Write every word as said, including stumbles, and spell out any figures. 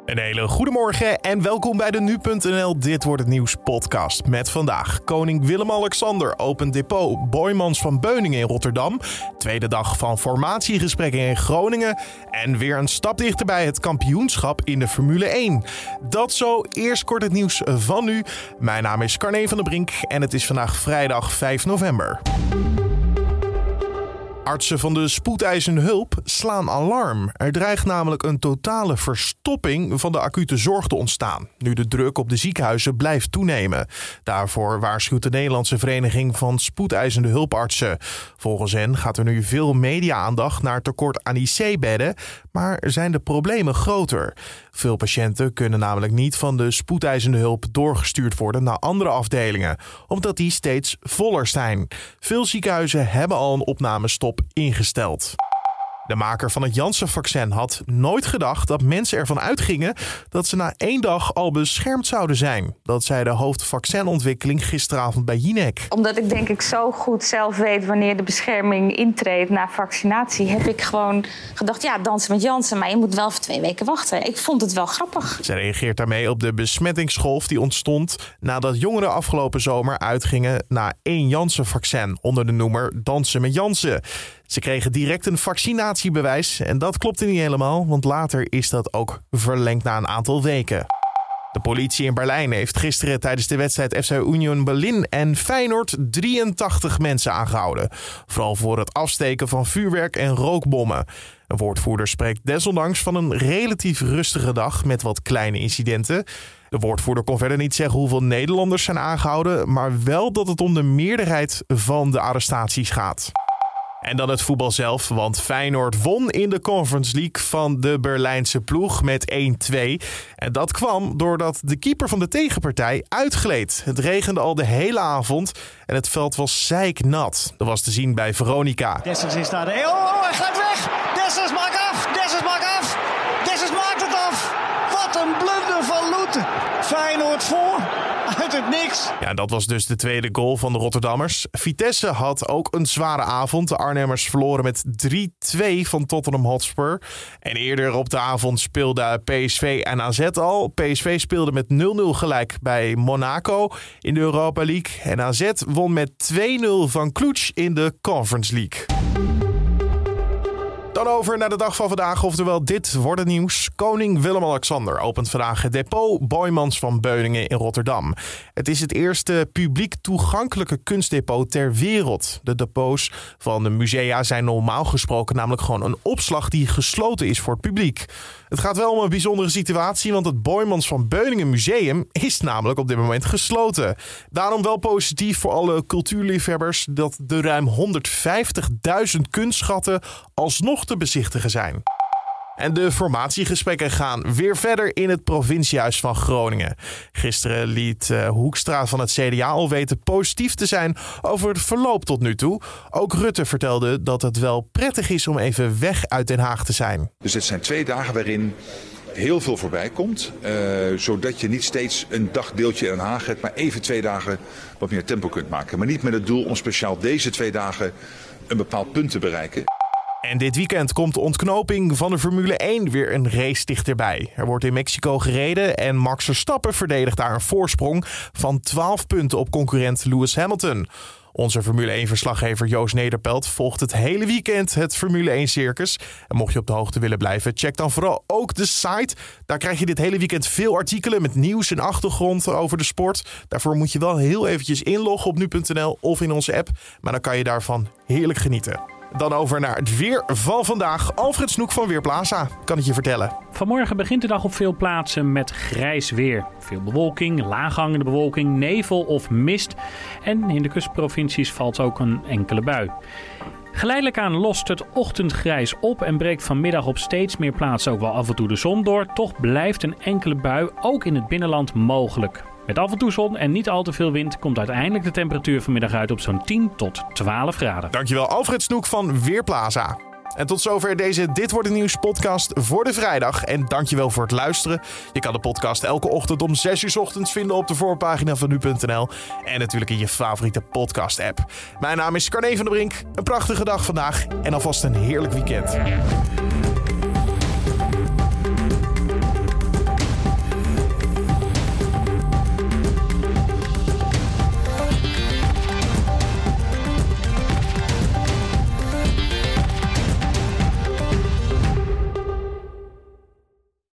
Een hele goedemorgen en welkom bij de nu punt n l Dit wordt het nieuws podcast. Met vandaag koning Willem-Alexander opent depot Boijmans van Beuningen in Rotterdam. Tweede dag van formatiegesprekken in Groningen. En weer een stap dichter bij het kampioenschap in de Formule één. Dat zo, eerst kort het nieuws van nu. Mijn naam is Carne van der Brink en het is vandaag vrijdag vijf november. Artsen van de spoedeisende hulp slaan alarm. Er dreigt namelijk een totale verstopping van de acute zorg te ontstaan, nu de druk op de ziekenhuizen blijft toenemen. Daarvoor waarschuwt de Nederlandse Vereniging van Spoedeisende Hulpartsen. Volgens hen gaat er nu veel media-aandacht naar tekort aan I C-bedden, maar zijn de problemen groter. Veel patiënten kunnen namelijk niet van de spoedeisende hulp doorgestuurd worden naar andere afdelingen, omdat die steeds voller zijn. Veel ziekenhuizen hebben al een opnamestop ingesteld. De maker van het Janssen-vaccin had nooit gedacht dat mensen ervan uitgingen dat ze na één dag al beschermd zouden zijn. Dat zei de hoofd vaccinontwikkeling gisteravond bij Jinek. Omdat ik denk ik zo goed zelf weet wanneer de bescherming intreedt na vaccinatie, heb ik gewoon gedacht, ja, dansen met Janssen, maar je moet wel voor twee weken wachten. Ik vond het wel grappig. Ze reageert daarmee op de besmettingsgolf die ontstond nadat jongeren afgelopen zomer uitgingen na één Janssen-vaccin onder de noemer Dansen met Janssen. Ze kregen direct een vaccinatiebewijs en dat klopte niet helemaal, want later is dat ook verlengd na een aantal weken. De politie in Berlijn heeft gisteren tijdens de wedstrijd F C Union Berlin en Feyenoord drieëntachtig mensen aangehouden. Vooral voor het afsteken van vuurwerk en rookbommen. Een woordvoerder spreekt desondanks van een relatief rustige dag met wat kleine incidenten. De woordvoerder kon verder niet zeggen hoeveel Nederlanders zijn aangehouden, maar wel dat het om de meerderheid van de arrestaties gaat. En dan het voetbal zelf, want Feyenoord won in de Conference League van de Berlijnse ploeg met één twee. En dat kwam doordat de keeper van de tegenpartij uitgleed. Het regende al de hele avond en het veld was zeiknat. Dat was te zien bij Veronica. Dessers is daar. De... Oh, hij gaat weg! Dessers maakt af! Dessers maakt af! Dessers maakt het af! Wat een blunder van Loeten! Feyenoord voor! Uit het niks. Ja, dat was dus de tweede goal van de Rotterdammers. Vitesse had ook een zware avond. De Arnhemmers verloren met drie twee van Tottenham Hotspur. En eerder op de avond speelden P S V en A Z al. P S V speelde met nul nul gelijk bij Monaco in de Europa League. En A Z won met twee nul van Cluj in de Conference League. Dan over naar de dag van vandaag, oftewel dit wordt het nieuws. Koning Willem-Alexander opent vandaag het depot Boijmans van Beuningen in Rotterdam. Het is het eerste publiek toegankelijke kunstdepot ter wereld. De depots van de musea zijn normaal gesproken namelijk gewoon een opslag die gesloten is voor het publiek. Het gaat wel om een bijzondere situatie, want het Boijmans van Beuningen Museum is namelijk op dit moment gesloten. Daarom wel positief voor alle cultuurliefhebbers dat de ruim honderdvijftigduizend kunstschatten alsnog te bezichtigen zijn. En de formatiegesprekken gaan weer verder in het provinciehuis van Groningen. Gisteren liet uh, Hoekstra van het C D A al weten positief te zijn over het verloop tot nu toe. Ook Rutte vertelde dat het wel prettig is om even weg uit Den Haag te zijn. Dus het zijn twee dagen waarin heel veel voorbij komt. Uh, zodat je niet steeds een dagdeeltje in Den Haag hebt, maar even twee dagen wat meer tempo kunt maken. Maar niet met het doel om speciaal deze twee dagen een bepaald punt te bereiken. En dit weekend komt de ontknoping van de Formule één weer een race dichterbij. Er wordt in Mexico gereden en Max Verstappen verdedigt daar een voorsprong van twaalf punten op concurrent Lewis Hamilton. Onze Formule één-verslaggever Joost Nederpelt volgt het hele weekend het Formule één-circus. En mocht je op de hoogte willen blijven, check dan vooral ook de site. Daar krijg je dit hele weekend veel artikelen met nieuws en achtergrond over de sport. Daarvoor moet je wel heel eventjes inloggen op nu punt n l of in onze app. Maar dan kan je daarvan heerlijk genieten. Dan over naar het weer van vandaag. Alfred Snoek van Weerplaza kan het je vertellen. Vanmorgen begint de dag op veel plaatsen met grijs weer. Veel bewolking, laaghangende bewolking, nevel of mist. En in de kustprovincies valt ook een enkele bui. Geleidelijk aan lost het ochtendgrijs op en breekt vanmiddag op steeds meer plaatsen ook wel af en toe de zon door. Toch blijft een enkele bui ook in het binnenland mogelijk. Met af en toe zon en niet al te veel wind komt uiteindelijk de temperatuur vanmiddag uit op zo'n tien tot twaalf graden. Dankjewel Alfred Snoek van Weerplaza. En tot zover deze Dit Wordt Het Nieuws podcast voor de vrijdag. En dankjewel voor het luisteren. Je kan de podcast elke ochtend om zes uur 's ochtends vinden op de voorpagina van nu punt n l. En natuurlijk in je favoriete podcast app. Mijn naam is Carne van der Brink. Een prachtige dag vandaag en alvast een heerlijk weekend.